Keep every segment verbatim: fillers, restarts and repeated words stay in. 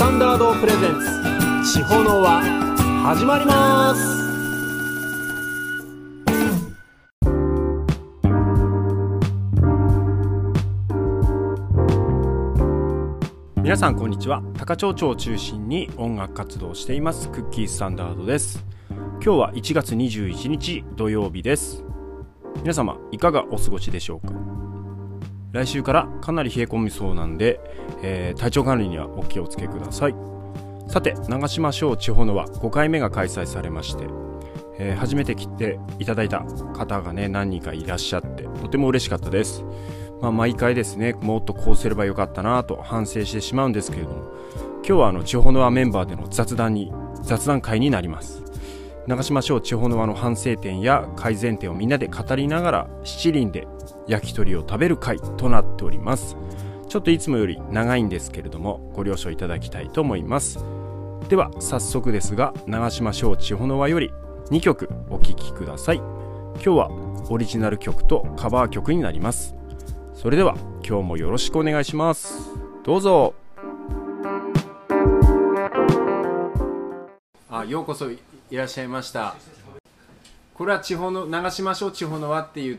タンダードプレゼンツ地方の輪始まります。皆さんこんにちは。高千穂町を中心に音楽活動をしていますクッキースタンダードです。今日はいちがつにじゅういちにち土曜日です。皆様いかがお過ごしでしょうか。来週からかなり冷え込みそうなんで、えー、体調管理にはお気をつけください。さて、長島小地方の輪ごかいめが開催されまして、えー、初めて来ていただいた方がね何人かいらっしゃってとても嬉しかったです。まあ、毎回ですねもっとこうすればよかったなと反省してしまうんですけれども、今日はあの地方の輪メンバーでの雑談に雑談会になります。長島小地方の輪の反省点や改善点をみんなで語りながら七輪で焼き鳥を食べる会となっております。ちょっといつもより長いんですけれどもご了承いただきたいと思います。では早速ですが、長島小地方の輪よりにきょくお聴きください。今日はオリジナル曲とカバー曲になります。それでは今日もよろしくお願いします。どうぞ。あ、ようこそいらっしゃいました。これは地方の長島小地方の輪って言って、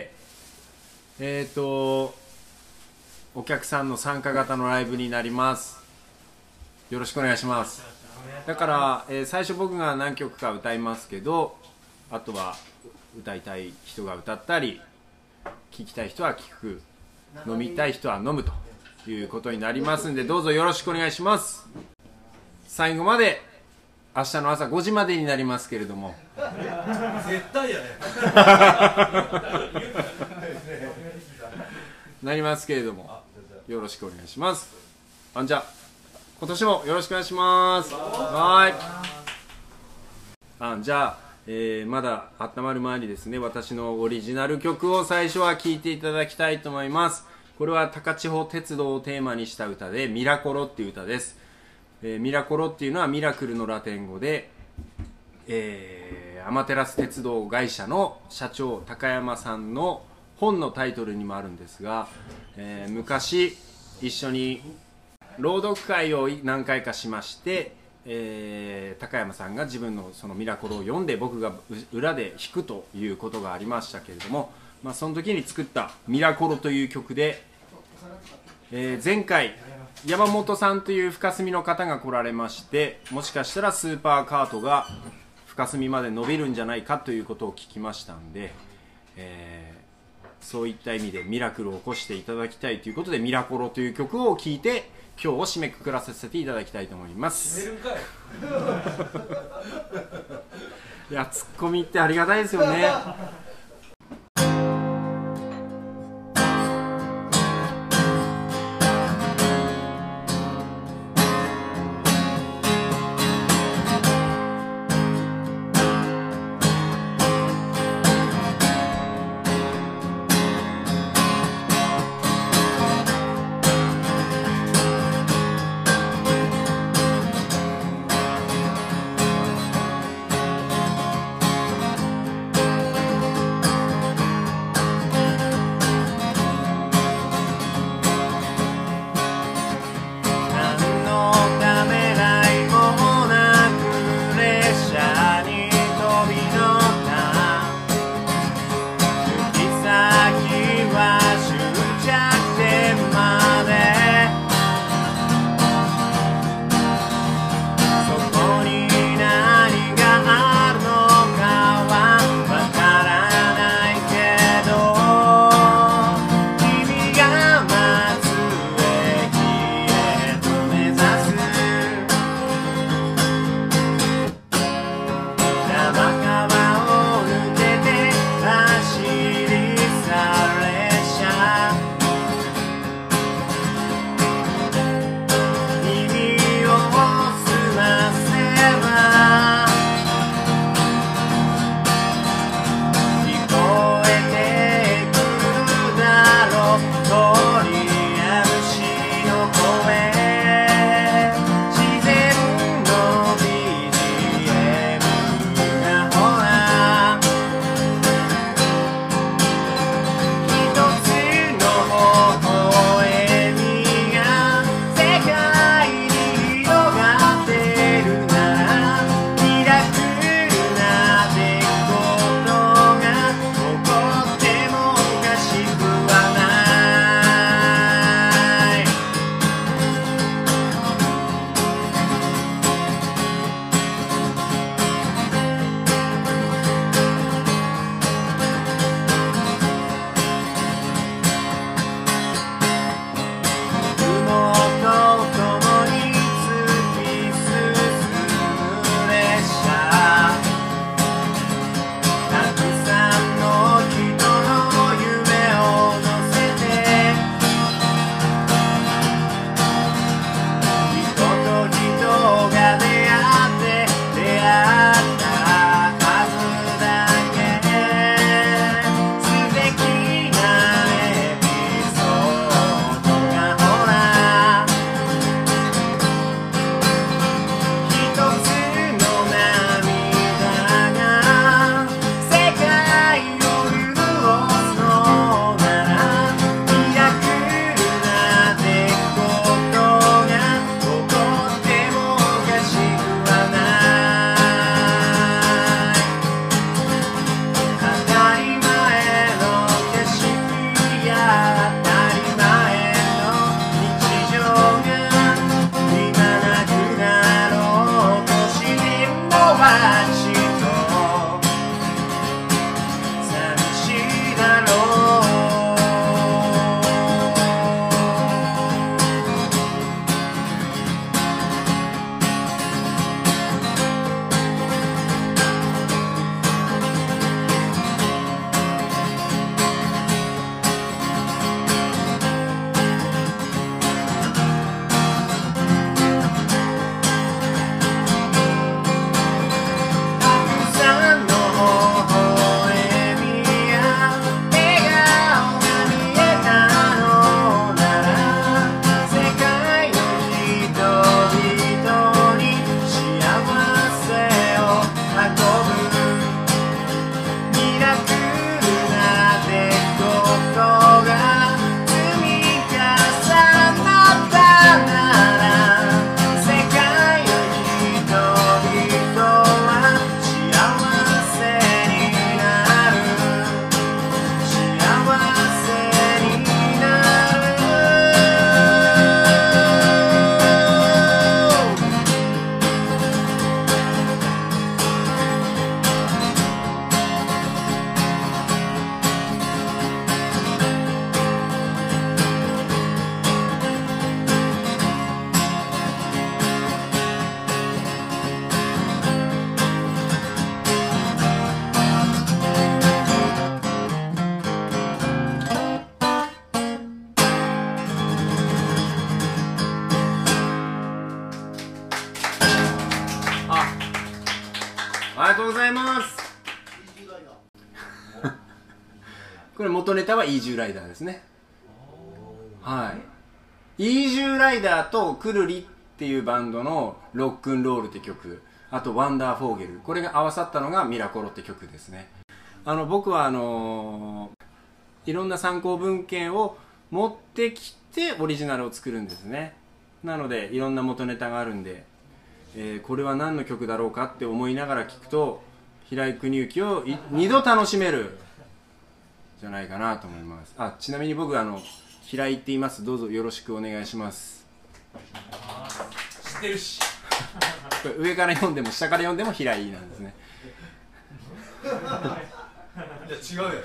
えーとお客さんの参加型のライブになります。よろしくお願いします。だから、えー、最初僕が何曲か歌いますけど、あとは歌いたい人が歌ったり、聴きたい人は聴く、飲みたい人は飲むということになりますんで、どうぞよろしくお願いします。最後まで明日の朝ごじまでになりますけれども絶対やねなりますけれどもよろしくお願いします。あんじゃ今年もよろしくお願いします。はいあんじゃあ、えー、まだ温まる前にですね、私のオリジナル曲を最初は聴いていただきたいと思います。これは高千穂鉄道をテーマにした歌でミラコロっていう歌です。えー、ミラコロっていうのはミラクルのラテン語で、えー、アマテラス鉄道会社の社長高山さんの本のタイトルにもあるんですが、えー、昔一緒に朗読会を何回かしまして、えー、高山さんが自分のそのミラコロを読んで僕が裏で弾くということがありましたけれども、まあ、その時に作ったミラコロという曲で、えー、前回山本さんという深澄の方が来られまして、もしかしたらスーパーカートが深澄まで伸びるんじゃないかということを聞きましたんで、えー、そういった意味でミラクルを起こしていただきたいということでミラコロという曲を聴いて今日を締めくくらせていただきたいと思います。締めるんかいいやツッコミってありがたいですよね。 ざいます。これ元ネタはイージューライダーですね。はい。イージューライダーとくるりっていうバンドのロックンロールって曲、あとワンダーフォーゲル、これが合わさったのがミラコロって曲ですね。あの僕はあのー、いろんな参考文献を持ってきてオリジナルを作るんですね。なのでいろんな元ネタがあるんで、えー、これは何の曲だろうかって思いながら聴くと平井邦之をにど楽しめるじゃないかなと思います。あ、ちなみに僕あの平井って言います。どうぞよろしくお願いします。 知ってるしこれ上から読んでも下から読んでも平井なんですね。 いや違うよ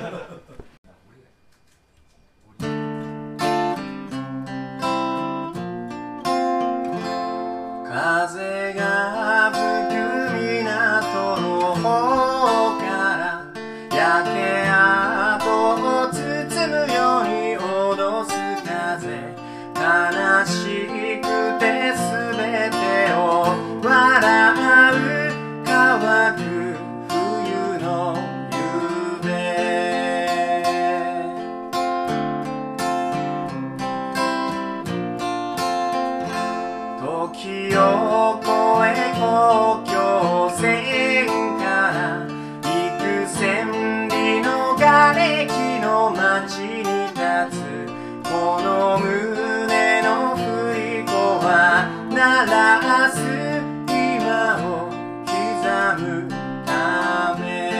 風が吹く港の方から焼け跡を包むように脅す風、悲しくて全てを笑う乾く冬の夕べ、時を超え国境線から幾千里の瓦礫の街に立つ、この胸の振り子は鳴らす今を刻むため、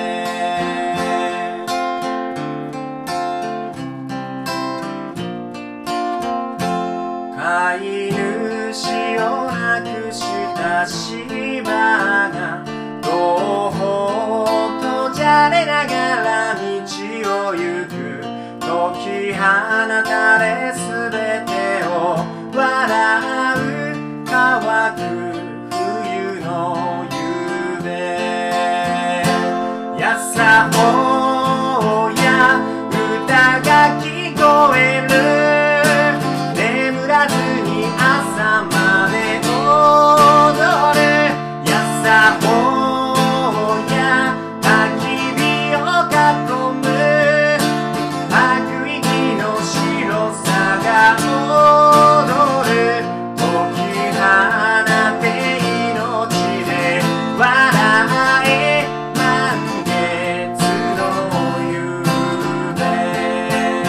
飼い主を亡くした芝がごほっとじゃれながら道を行く、解き放たれすべてを笑う乾く冬の夕べ、やさほや歌が聞こえる、眠らずに朝まで踊る、やさほや焚き火を囲む、吐く息の白さが踊る、解き放て命で笑え満月の夕べ、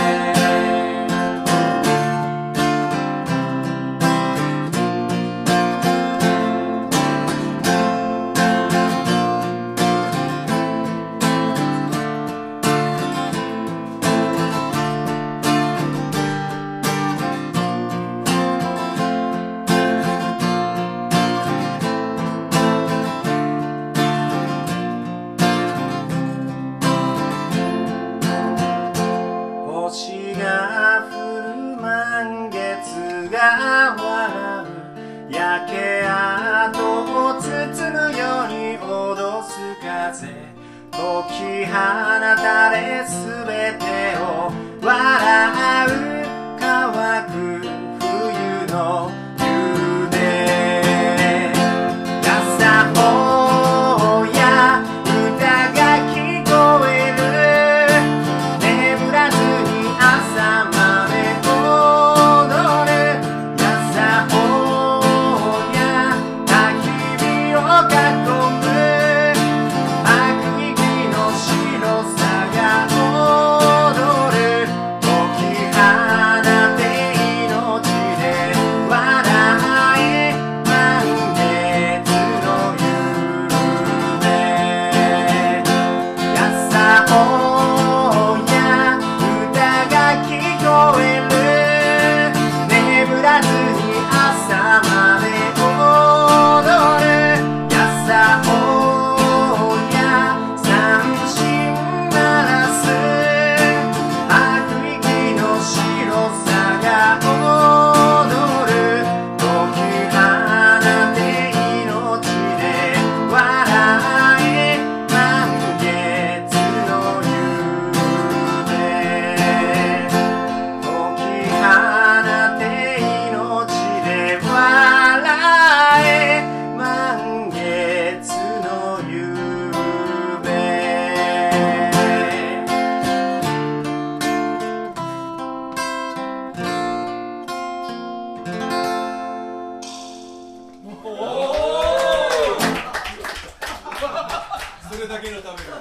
星が降る満月が笑う、焼け跡を包むように脅す風、解き放たれすべてを笑う乾く冬の夕べ、やさほや歌が聞こえる、眠らずに朝まで踊る、やさほや焚き火を囲む、吐く息の白さが踊る、解き放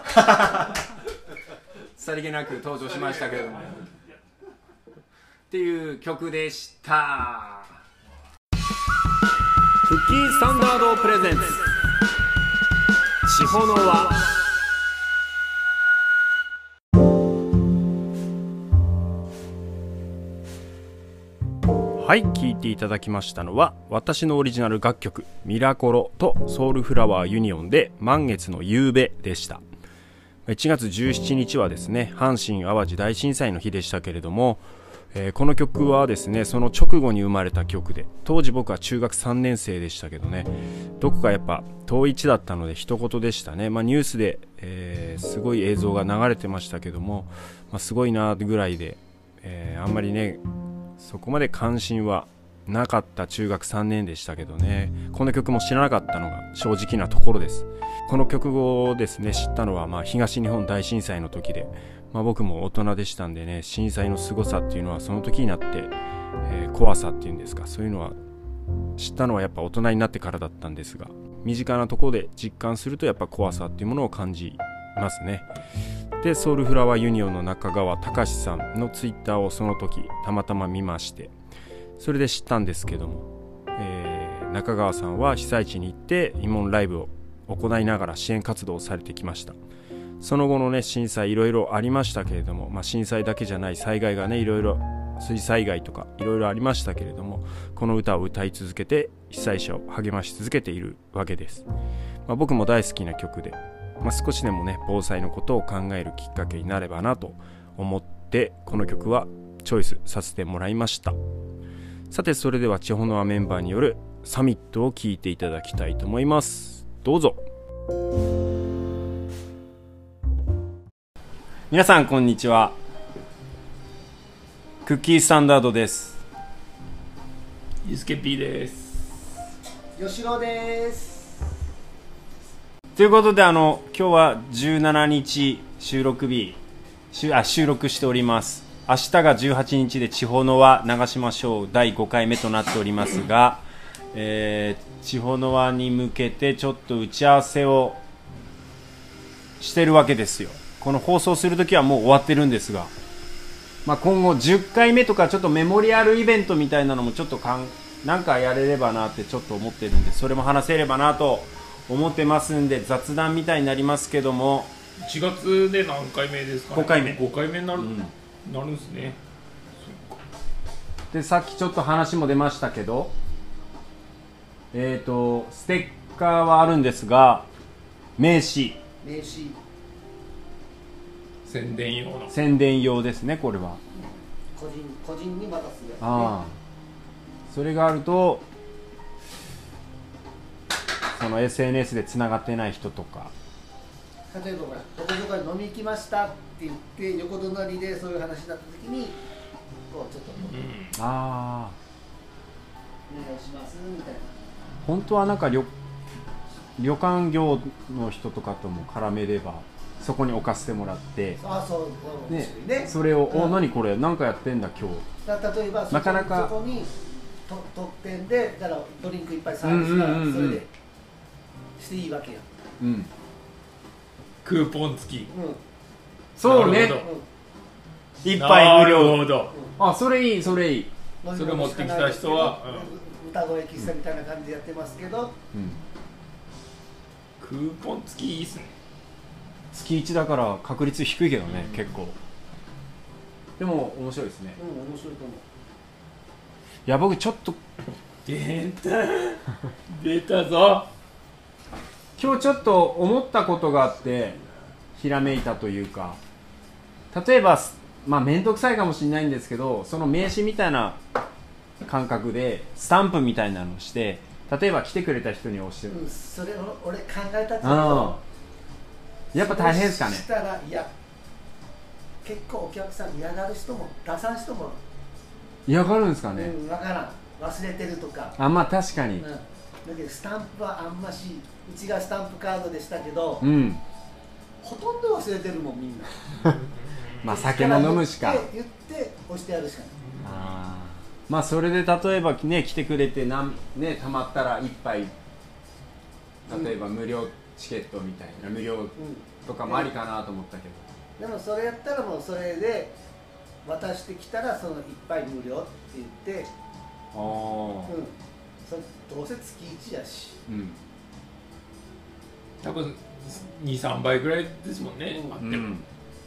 さりげなく登場しましたけれどもっていう曲でした。クッキースタンダードプレゼンツ地方の輪。はい、聴いていただきましたのは私のオリジナル楽曲ミラコロとソウルフラワーユニオンで満月の夕べでした。いちがつじゅうしちにちはですね、阪神・淡路大震災の日でしたけれども、えー、この曲はですねその直後に生まれた曲で、当時僕は中学さんねん生でしたけどね、どこかやっぱ遠い地だったので一言でしたね。まあ、ニュースで、えー、すごい映像が流れてましたけども、まあ、すごいなぐらいで、えー、あんまりねそこまで関心はなかった中学さんねんでしたけどね、この曲も知らなかったのが正直なところです。この曲をですね知ったのはまあ東日本大震災の時で、まあ、僕も大人でしたんでね、震災の凄さっていうのはその時になって、えー、怖さっていうんですか、そういうのは知ったのはやっぱ大人になってからだったんですが、身近なところで実感するとやっぱ怖さっていうものを感じますね。でソウルフラワーユニオンの中川隆さんのツイッターをその時たまたま見まして、それで知ったんですけども、えー、中川さんは被災地に行って慰問ライブを行いながら支援活動をされてきました。その後のね震災いろいろありましたけれども、まあ、震災だけじゃない災害がねいろいろ水災害とかいろいろありましたけれども、この歌を歌い続けて被災者を励まし続けているわけです。まあ、僕も大好きな曲で、まあ、少しでもね防災のことを考えるきっかけになればなと思ってこの曲はチョイスさせてもらいました。さてそれでは地方の輪メンバーによるサミットを聴いていただきたいと思います。どうぞ。皆さんこんにちは。クッキースタンダードです。 ゆうすけ P です。 よしろです。 ということであの今日はじゅうしちにち収録日収あ収録しております。明日がじゅうはちにちで地方の輪流しましょうだいごかいめとなっておりますが、えー、地方の輪に向けてちょっと打ち合わせをしてるわけですよ。この放送するときはもう終わってるんですが、まあ、今後じゅっかいめとかちょっとメモリアルイベントみたいなのもちょっとかんなんかやれればなってちょっと思ってるんで、それも話せればなと思ってますんで、雑談みたいになりますけども、 いちがつで何回目ですかね。 ごかいめごかいめになる、 うん、 なるんですね。そっか。 でさっきちょっと話も出ましたけど、えっとステッカーはあるんですが、名刺名刺宣伝用の宣伝用ですね。これは個人個人に渡すやつ、ね、 ああそれがあるとその エスエヌエス でつながってない人とか、 例えばほらどこどこに飲み行きましたって言って横隣でそういう話になった時にこうちょっと、うん、 ああお願いしますみたいな。 本当はなんか 旅, 旅館業の人とかとも絡めればそこに置かせてもらって、 あそうそうねね、 それを、 うん、 お何これなんかやってんだ今日だ例えばそこなかなかそこにと特典でだからドリンクいっぱいサービスがそれでしていいわけや、 うん、 クーポン付き、うん、 そうね、うん、一杯無料。なるほど、うん、あそれいいそれいい。 それ持ってきた人は、 うん、歌声喫茶みたいな感じでやってますけど、うん、 クーポン付きいいっすね。 月いちだから確率低いけどね、うん、結構でも面白いですね。 うん面白いと思う。 いや僕ちょっと出た出たぞ。 今日ちょっと思ったことがあってひらめいたというか、例えばまあ面倒くさいかもしれないんですけど、その名刺みたいな感覚でスタンプみたいなのをして、例えば来てくれた人に押してる、 うん、それを俺考えたけどやっぱ大変ですかね。 したらいや結構お客さん嫌がる人も出さん人も嫌がるんですかね。 うん、分からん、忘れてるとか。 あまあ確かに、うん、だけどスタンプはあんまし、うちがスタンプカードでしたけど、 うん、 ほとんど忘れてるもんみんなまあ酒も飲むしか言って押してやるしかない。 あまあそれで例えばね来てくれてなんねたまったら一杯例えば無料チケットみたいな無料とかもありかなと思ったけど、 でもそれやったらもうそれで渡してきたらそのいっぱい無料って言って、 ああ、 うん、そどうせ月いちやし、 うん、 多分にさんばいぐらいですもんね、 うんあっても、 うん、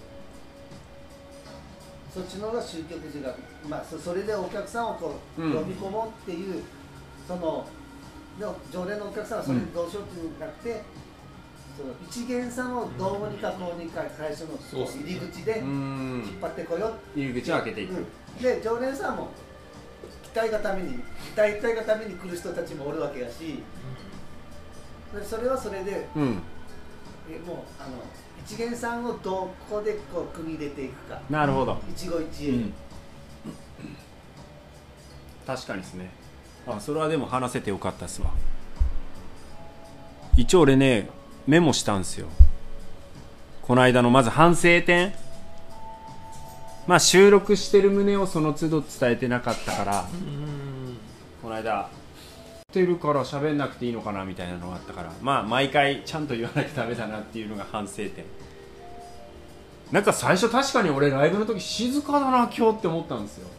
そっちの方が集客時が、まあ、そそれでお客さんをこううん呼び込もうっていう、そのでも常連のお客さんはそれでどうしようっていうんじゃなくて、その一元さんをどうにかこうにか最初のそうっすね入り口でう引ん、 っ張ってこよう、 入り口を開けていく、 うん、で常連さんも期待がために期待期待がために来る人たちもおるわけやし、でそれはそれでうん、 えもうあの一元さんをどこでこう組み入れていくか、 なるほど、 一期一会、 うん、確かにですね。あ、それはでも話せてよかったっすわ。一応俺ねメモしたんですよ、この間のまず反省点。まあ収録してる旨をその都度伝えてなかったから、 うんこの間ってるから喋んなくていいのかなみたいなのがあったから、まあ毎回ちゃんと言わなきゃダメだなっていうのが反省点。なんか最初確かに俺ライブの時静かだな今日って思ったんですよ。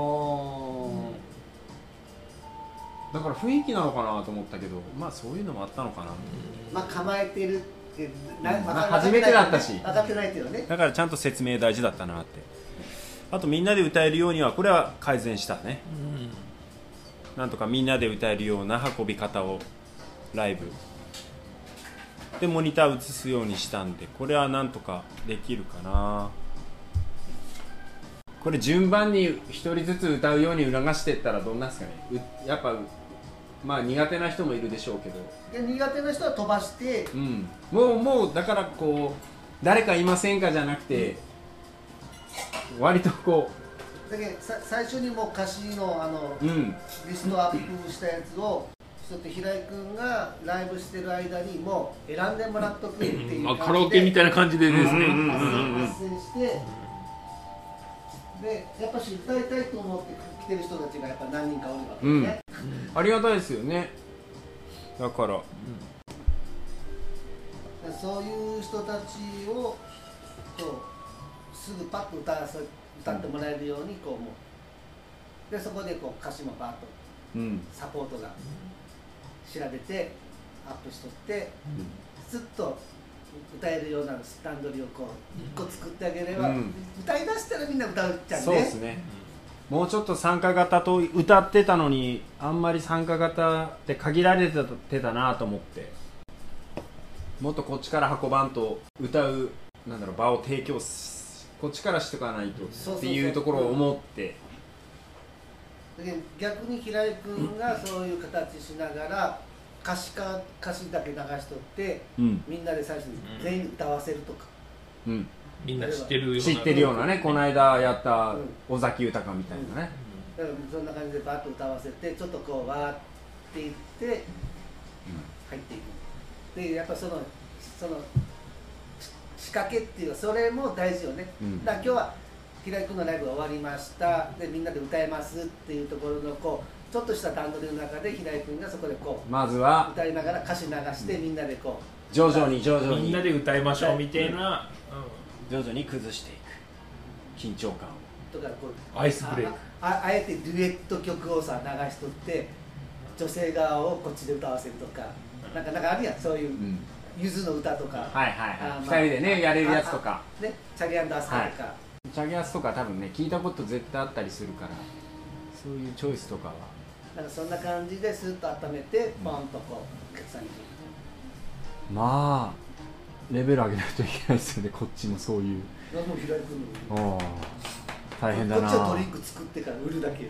だから雰囲気なのかなと思ったけど、まあそういうのもあったのかな。 まあ構えてるってな、 うんまあまあ初めてだったし分かってないけどね。 だからちゃんと説明大事だったなって。あとみんなで歌えるようにはこれは改善したね。なんとかみんなで歌えるような運び方をライブでモニター映すようにしたんで、これはなんとかできるかな。これ順番に一人ずつ歌うように促していったらどんなんですかね。うやっぱまあ苦手な人もいるでしょうけど、 で苦手な人は飛ばして、 うん、もうもうだからこう誰かいませんかじゃなくて、割とこだけどさ最初にもう歌詞のあの、 う、うん、 リストアップしたやつをちょっと平井君がライブしてる間にもう選んでもらっとくっていうまあ、 感じで、 カラオケみたいな感じでですね、 うんうんうん発声発声してでやっぱし歌いたいと思って来てる人たちがやっぱ何人かおるわけですね、 ありがたいですよね。だからでそういう人たちをこうすぐパッと歌わせ歌ってもらえるようにこうもうでそこでこう歌詞もバーッとうんサポートが調べてアップしとってずっと歌えるようなスタンドリをこういっこ作ってあげれば、 うん歌いだしたらみんな歌うじゃんね。 そうですね。もうちょっと参加型と歌ってたのにあんまり参加型って限られてたなと思って、もっとこっちから運ばんと歌うなんだろう場を提供しこっちからしとかないとっていうところを思って、 だけど逆に平井君がそういう形しながら歌詞か歌詞だけ流しとって、 うん、 みんなで最初に全員歌わせるとか、 うん、 みんな知ってるような知ってるようなね、この間やった尾崎豊みたいなね、 だからそんな感じでバーッと歌わせてちょっとこうわーっていって入っていく。でやっぱそのその仕掛けっていうかそれも大事よね、 うん、 だから今日は平井君のライブが終わりましたでみんなで歌えますっていうところのこうちょっとした段取りの中で平井君がそこでこうまずは歌いながら歌詞流してみんなでこう徐々に徐々にみんなで歌いましょうみたいな、 徐々に崩していく緊張感をとかこうアイスブレイクあああえてデュエット曲をさ流しとって女性側をこっちで歌わせるとかなんかなんかあるやんそういう、うんゆずの歌とか、 はいはいはい、ふたりでねやれるやつとかね、チャゲアンダースカとか、 はい、チャゲアスとか多分ね聞いたこと絶対あったりするからそういうチョイスとかはなんかそんな感じでスッと温めてポンとこうお客さんにまあレベル上げないといけないですよねこっちもそういうもう平井君の大変だなこっちはドリンク作ってから売るだけ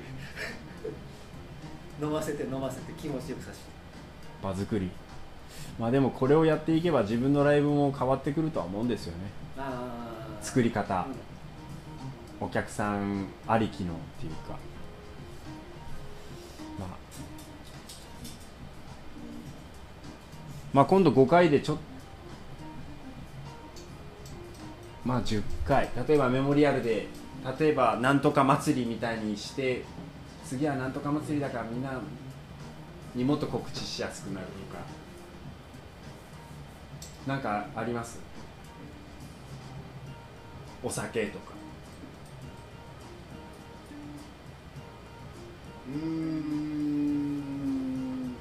飲ませて飲ませて気持ちよくさせて場作りまあでもこれをやっていけば自分のライブも変わってくるとは思うんですよね。 あ作り方、 うん、 お客さんありきのっていうかまあまあ今度ごかいでちょっとまあじゅっかい例えばメモリアルで例えばなんとか祭りみたいにして次はなんとか祭りだからみんなにもっと告知しやすくなるとかなんかあります？お酒とか。 うーん。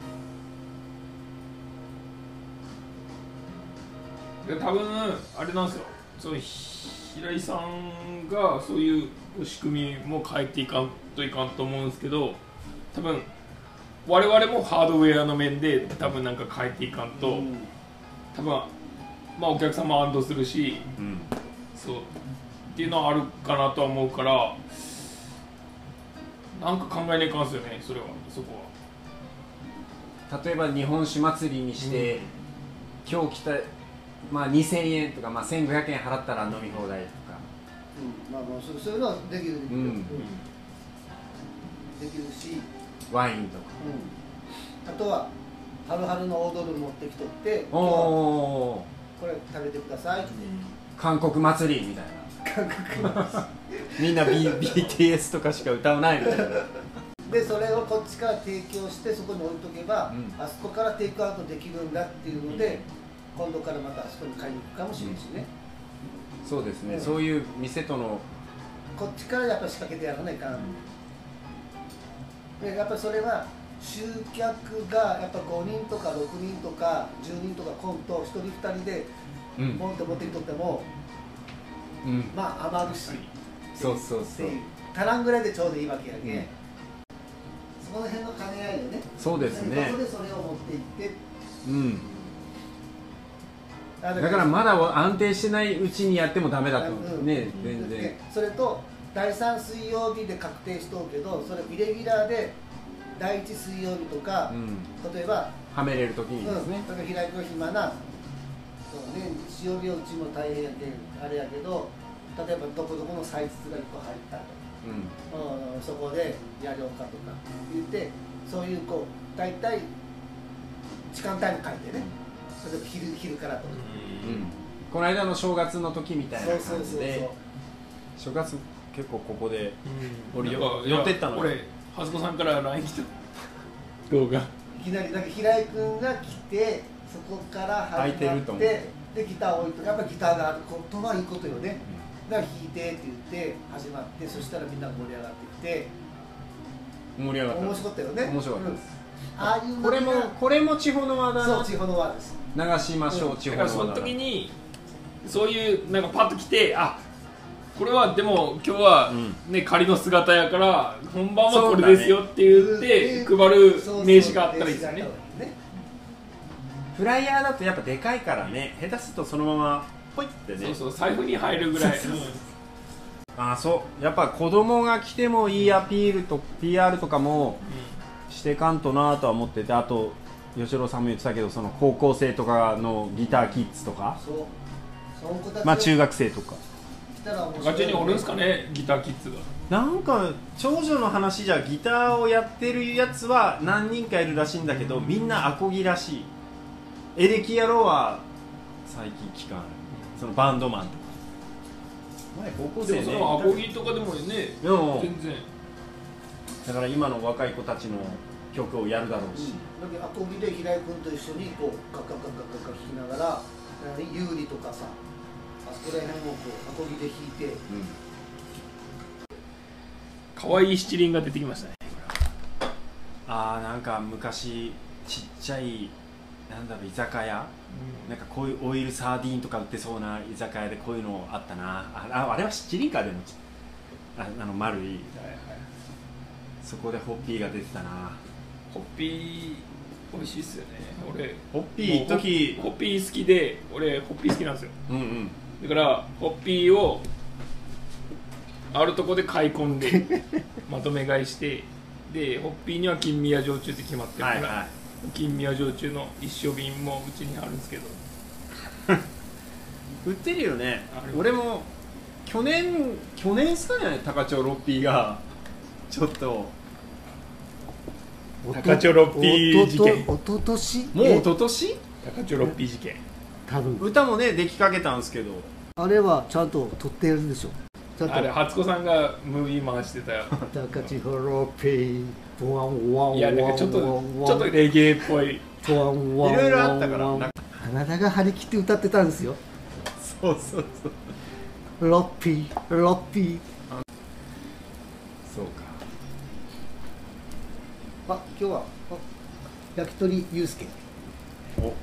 で多分あれなんですよ、その平井さんがそういう仕組みも変えていかんといかんと思うんですけど、多分我々もハードウェアの面で多分なんか変えていかんと、うん、多分まあお客さんも安堵するし、うん、そうっていうのはあるかなとは思うから、なんか考えないかんすよね、それはそこは。例えば日本酒祭りにして、うん、今日来たまあにせんえんとか、まあ、せんごひゃくえん払ったら飲み放題とか、 うん、まあまあそういうのはできる、うん、できるし、 ワインとか、 うん、あとはハルハルのオードル持ってきとって、おおこれ食べてくださいって、 韓国祭りみたいな、韓国祭りみんな、B、ビーティーエス とかしか歌わないみたいなでそれをこっちから提供してそこに置いとけば、うん、あそこからテイクアウトできるんだっていうので、うん、今度からまたあそこに買いに行くかもしれないしね、 うん、そうですね、うん、そういう店とのこっちからやっぱり仕掛けてやらないかん、うん、でやっぱりそれは集客がやっぱごにんとかろくにんとかじゅうにんとかコントひとりふたりでポンと持ってきとっても、うん、まあ余るし、 そうそうそう、 足らんぐらいでちょうどいいわけやけ、うん、そこの辺の兼ね合いよね。 そうですね。 そこでそれを持っていって、うん。 だからまだ安定してないうちにやってもダメだと思うね、うん、全然。 それとだいさん水曜日で確定しとうけど、それイレギュラーでだいいち水曜日とか、うん、例えばはめれるときにですね。 うん、だから平井君暇な、そうね、日曜日はうちも大変やけんあれやけど、例えばどこどこの祭日がいっこ入ったと、うん、そこでやろうかとか言って、そういうこう大体時間帯も書いてね、例えば昼昼からとか、うん、 この間の正月の時みたいな感じで、正月結構ここで、うん、俺寄ってったの。 俺はずこさんから ライン 来た動画。いきなりだけ平井君が来て、そこから始まって、でギターを置いて、やっぱギターがあることはいいことよね。うん、だから弾いてって言って始まって、そしたらみんな盛り上がってきて、 盛り上がった。 面白かったよね。 面白かったです。 うん、ああいうこれもこれも地方の輪だな。 そう、地方の輪です。 流しましょう、うん、地方の輪だ。 だからその時にそういうなんかパッと来て、あ、これはでも今日はね、うん、仮の姿やから本番はこれですよって言って配る名刺があったらいいですよね。 フライヤーだとやっぱでかいからね、下手するとそのままポイってね、 そうそう、財布に入るぐらい。 ああ、そうやっぱ子供が来てもいいアピールと ピーアール とかもしてかんとなとは思ってて、あと吉郎さんも言ってたけど、その高校生とかのギターキッズとか、そうその子たちまあ中学生とかガチにおるんですかね、ギターキッズが。 なんか長女の話じゃギターをやってるやつは何人かいるらしいんだけど、みんなアコギらしい。エレキ野郎は最近聞かない。そのバンドマンとか前高校生ね、 でもそのアコギとかでもね、全然だから今の若い子たちの曲をやるだろうし、 うん、だアコギで平井君と一緒にこうガッガッガッガッガッ弾きながら、有利とかさ、あそこら辺をこうアコギで弾いて、うん、 可愛い七輪が出てきましたね。 ああ、なんか昔ちっちゃいなんだろう居酒屋、うん、なんかこういうオイルサーディンとか売ってそうな居酒屋でこういうのあったな。あ, あれは七輪か、でも あ, あの丸い、はいはい、そこでホッピーが出てたな。 ホッピー美味しいっすよね。俺ホッピー時ホッピー好きで、俺ホッピー好きなんですよ、うんうん、だからホッピーをあるとこで買い込んでまとめ買いして、でホッピーには金宮焼酎って決まってるから、はいはい、金宮焼酎の一升瓶もうちにあるんですけど売ってるよね。俺も去年去年っすかね、高千穂ロッピーがちょっと高千穂ロッピー事件、 おととしもうおととし高千穂ロッピー事件、 多分歌もねできかけたんですけど、 あれはちゃんと撮ってるでしょ。 あれ初子さんがムービー回してたよ。 高千穂ロッピーワンワンワン、 いやなんかちょっとちょっとレゲエっぽい、 いろいろあったからな。 真田が張り切って歌ってたんですよ。 そうそうそうロッピーロッピー。 そうか。 あ、今日はあ焼き鳥ゆうすけ。 おこ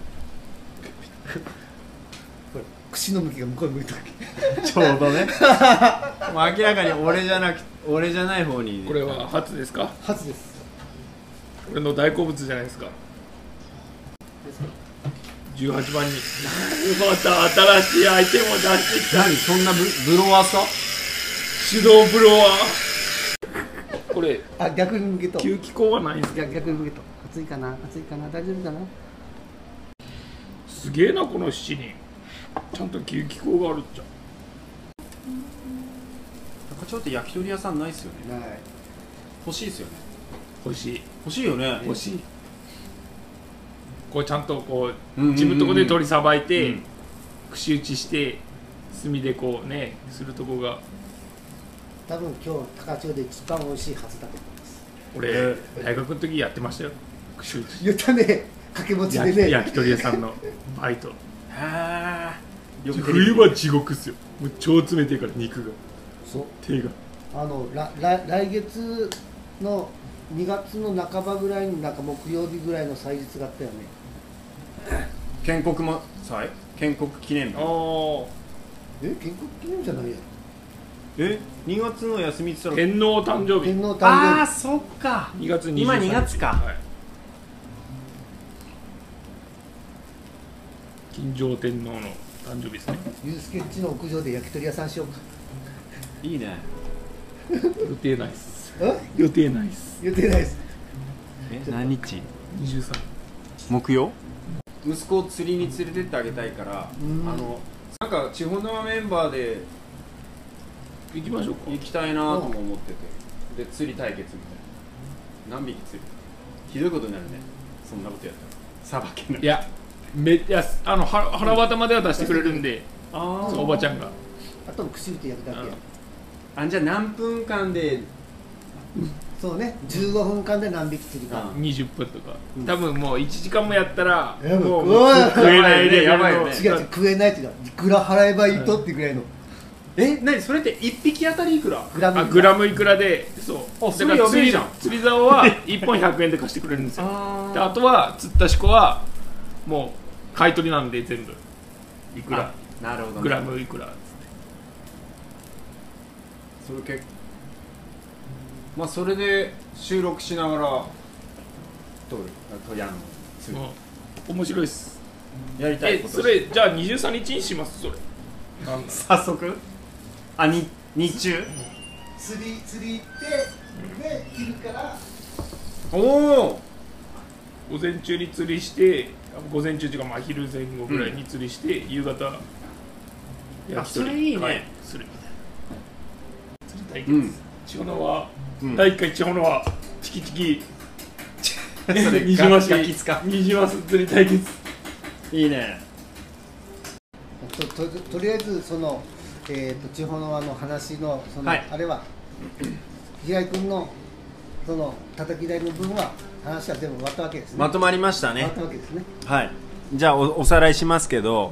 れ串の向きが向こう向いたわけ。 ちょうどねもう明らかに俺じゃなく俺じゃない方に、 これは初ですか？ 初です。 俺の大好物じゃないですか。 ですかじゅうはちばんにまた新しいアイテムを出してきた。 何そんなブブロワーさ手動ブロワー。これあ、逆に向けと。 吸気口はないんですか？ 逆逆に向けと。熱いかな熱いかな大丈夫かな。 すげえなこの七人。ちゃんと吸気口があるっちゃ。 中町って焼き鳥屋さんないっすよね。 ない。 欲しいっすよね。 欲しい欲しいよね。 欲しい。こうちゃんとこううんうんうん自分のとこで鳥さばいて、 うん、 串打ちして炭でこうねするとこが。 多分今日高千穂で一番美味しいはずだと思います。 俺、 えー大学の時やってましたよ、串打ち。 言ったね、掛け持ちで焼きね。 焼き鳥屋さんのバイト。 はあ。よくテレビ冬は地獄っすよ。もう超冷てえから肉がそう。 手が。 あの来来来月のにがつの半ばぐらいになんか木曜日ぐらいの祭日があったよね。 建国も祭建国記念日。 ああ。 え、建国記念日じゃないや。 えにがつの休みって言ったら天皇誕生日。 天皇誕ああ生そっか。 にがつにじゅうさんにち。 今にがつかはい金城天皇の誕生日ですね。 日。ゆうすけっちの屋上で焼き鳥屋さんしようか。 いいね。 予定ないっす。 え、 予定ないっす。 言ってないです。 え何日？ にじゅうさん。 木曜？息子を釣りに連れてってあげたいから、 うんあのなんか地方のメンバーで行きましょうか。 行きたいなとも思ってて、で釣り対決みたいな。何匹釣る？ひどいことになるね。そんなことやったらさばけない。 いや、めいやあのは腹渡までは出してくれるんで、 あそうおばちゃんが。 あと串打って焼くだけや。 あじゃあ何分間でそうね、じゅうごふんかんで何匹釣りか。 うんにじゅっぷんとか、 うん多分もういちじかんもやったらやばいもううわ食えないでやばいよね違う違う、食えないっていうか、いくら払えばいいとってぐらいの。 え何それっていっぴき当たりいくら？ グラムあグラムいくらで、そうあそれだから釣りやべえじゃん釣り竿はいっぽんひゃくえんで貸してくれるんですよ。 あであとは釣ったしこはもう買い取りなんで全部いくらなるほど、ね、 グラムいくら。 それ結構まあそれで収録しながら撮る撮りあの釣るうん面白いっす。 やりたいえことそれじゃあにじゅうさんにちにしますそれ。なんだ早速あに日中釣り釣り行ってで切るからおお午前中に釣りして午前中っていうかまあ昼前後ぐらいに釣りして、夕方焼き鳥それいいねはいするみたいな釣り対決、 うん千穂は、 うん第いっかい千穂はチキチキそれにじましガキ使にじます釣り対決。 いいねと, と, とりあえずその、えー、と地方のあの話のその、 はいあれは平井君のその叩き台の分は話は全部終わったわけですね。 まとまりましたね終わったわけですね。 はいじゃあ お, おさらいしますけど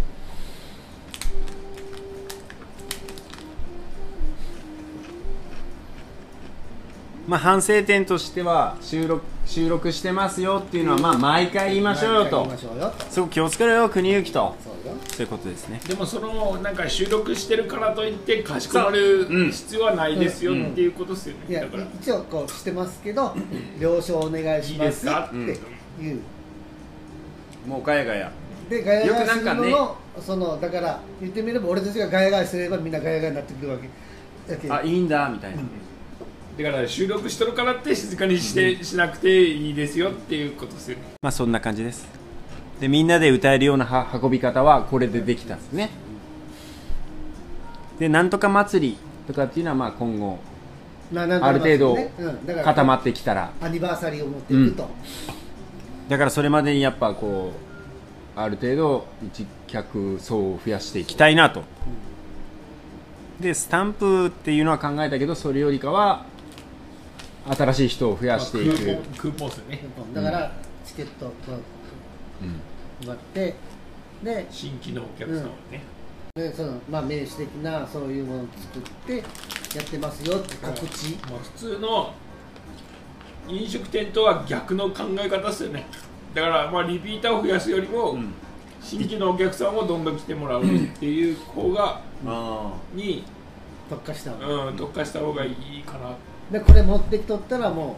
まあ反省点としては収録収録してますよっていうのはまあ毎回言いましょうよと毎回言いましょうよと。 すごく気をつけろよ国行とそうよ。 そういうことですねでもそのなんか収録してるからといってかしこまるうん必要はないですよっていうことですよね、 いやだから一応こうしてますけど了承お願いしますいいですかっていう。 もうガヤガヤでガヤガヤするのよくなんかの、 ねそのだから言ってみれば俺たちがガヤガヤすればみんなガヤガヤになってくるわけだけど。 あいいんだみたいな、 だから収録してるからって静かにしてしなくていいですよっていうことですよね。 まあそんな感じですでみんなで歌えるようなは運び方はこれでできたんですねでなんとか祭りとかっていうのはまあ今後ななんとかある程度ねうんだから固まってきたらアニバーサリーを持っていくと、 だからそれまでにやっぱこうある程度一客層を増やしていきたいなと、でスタンプっていうのは考えたけどそれよりかは新しい人を増やしていく、 まあクーポンクーポンですよね。 だからチケットをうん配ってで新規のお客さんはね、 でその、まあ、名詞的なそういうものを作ってやってますよって告知、 まあ、普通の飲食店とは逆の考え方ですよね。だからまあリピーターを増やすよりも、うん、新規のお客さんをどんどん来てもらうっていう方が、うん、に特化した方が、うん、特化した方がいいかな。 でこれ持ってきとったらも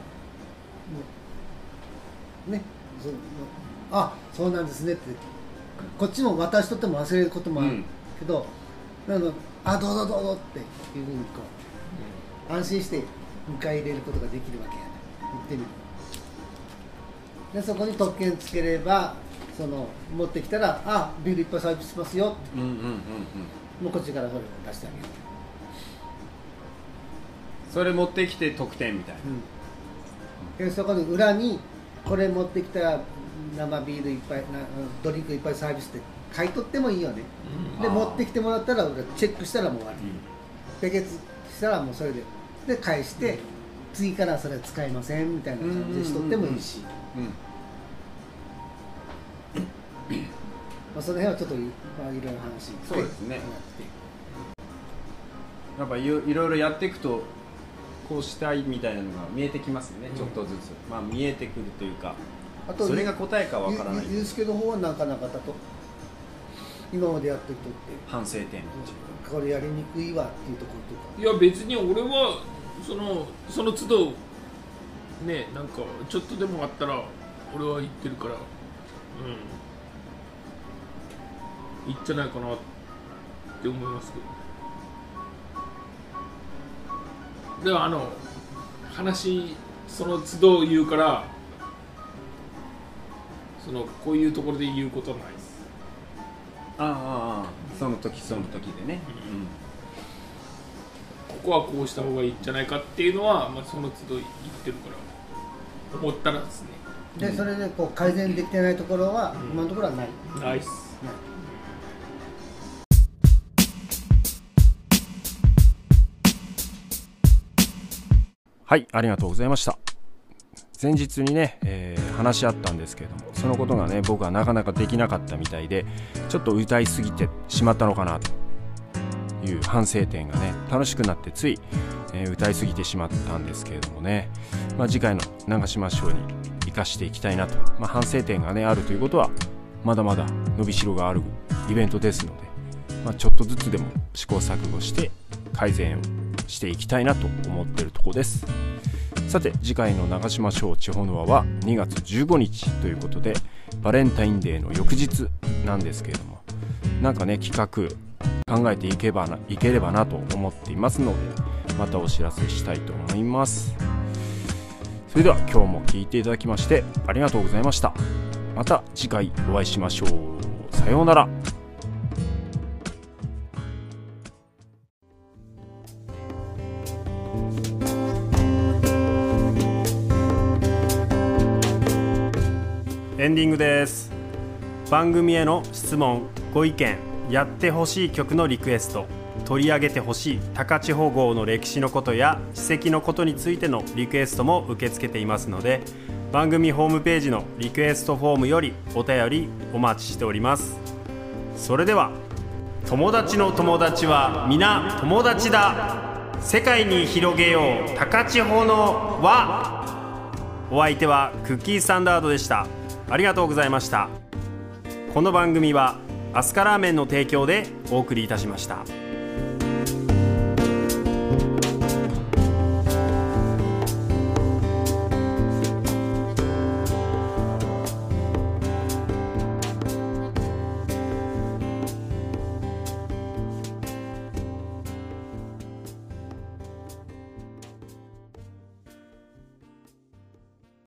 うね、そあそうなんですねってこっちも渡しとっても忘れることもあるけど、うん、あのあどうぞどうぞっていうふうにこう、うん、安心して迎え入れることができるわけやね。言ってみるでそこに特権つければその持ってきたらあビールいっぱいサービスしますよ、うんうんうんうん、もうこっちからそれを出してあげる。 それ持ってきて特典みたいな、 うん、でそこに裏にこれ持ってきたら生ビールいっぱいなドリンクいっぱいサービスって買い取ってもいいよね、うん、で持ってきてもらったら俺チェックしたらもう終わり、うん、ペケツしたらもうそれでで返して、うん、次からそれ使いませんみたいな感じでしとってもいいし、まあその辺はちょっと、まあ、いろいろ話そうですね。やっぱいろいろやっていくとこうしたいみたいなのが見えてきますよね、うん、ちょっとずつ、まあ、見えてくるというか、あとそれが答えかわからない。 ゆうすけの方はなかなかだと今までやってるとって反省点、 これやりにくいわっていうところとか。 いや別に俺はそのその都度ね、なんかちょっとでもあったら俺は言ってるから、うん、いいんじゃないかなって思いますけど。ではあの話その都度言うからそのこういうところで言うことはないです。 ああああその時その時でね、うん、 ここはこうした方がいいんじゃないかっていうのは、まあ、その都度言ってるから思ったらですね。 でそれでこう改善できてないところは、うん、今のところはない。 ないっす。ない。 はい、ありがとうございました。前日にね、えー、話し合ったんですけれども、そのことがね僕はなかなかできなかったみたいで、ちょっと歌いすぎてしまったのかなという反省点がね、楽しくなってつい、えー、歌いすぎてしまったんですけれどもね、まあ、次回の長島賞に生かしていきたいなと、まあ、反省点がねあるということはまだまだ伸びしろがあるイベントですので、まあ、ちょっとずつでも試行錯誤して改善をしていきたいなと思っているところです。さて次回の長島賞地方ノアはにがつじゅうごにちということで、バレンタインデーの翌日なんですけれども、なんかね企画考えていけばないければなと思っていますので、またお知らせしたいと思います。それでは今日も聞いていただきましてありがとうございました。また次回お会いしましょう。さようなら。エンディングです。番組への質問、ご意見、やってほしい曲のリクエスト、取り上げてほしい高千穂号の歴史のことや史跡のことについてのリクエストも受け付けていますので、番組ホームページのリクエストフォームよりお便りお待ちしております。それでは、友達の友達は皆友達だ、世界に広げよう高千穂の輪。お相手はクッキースタンダードでした。ありがとうございました。この番組はアスカラーメンの提供でお送りいたしました。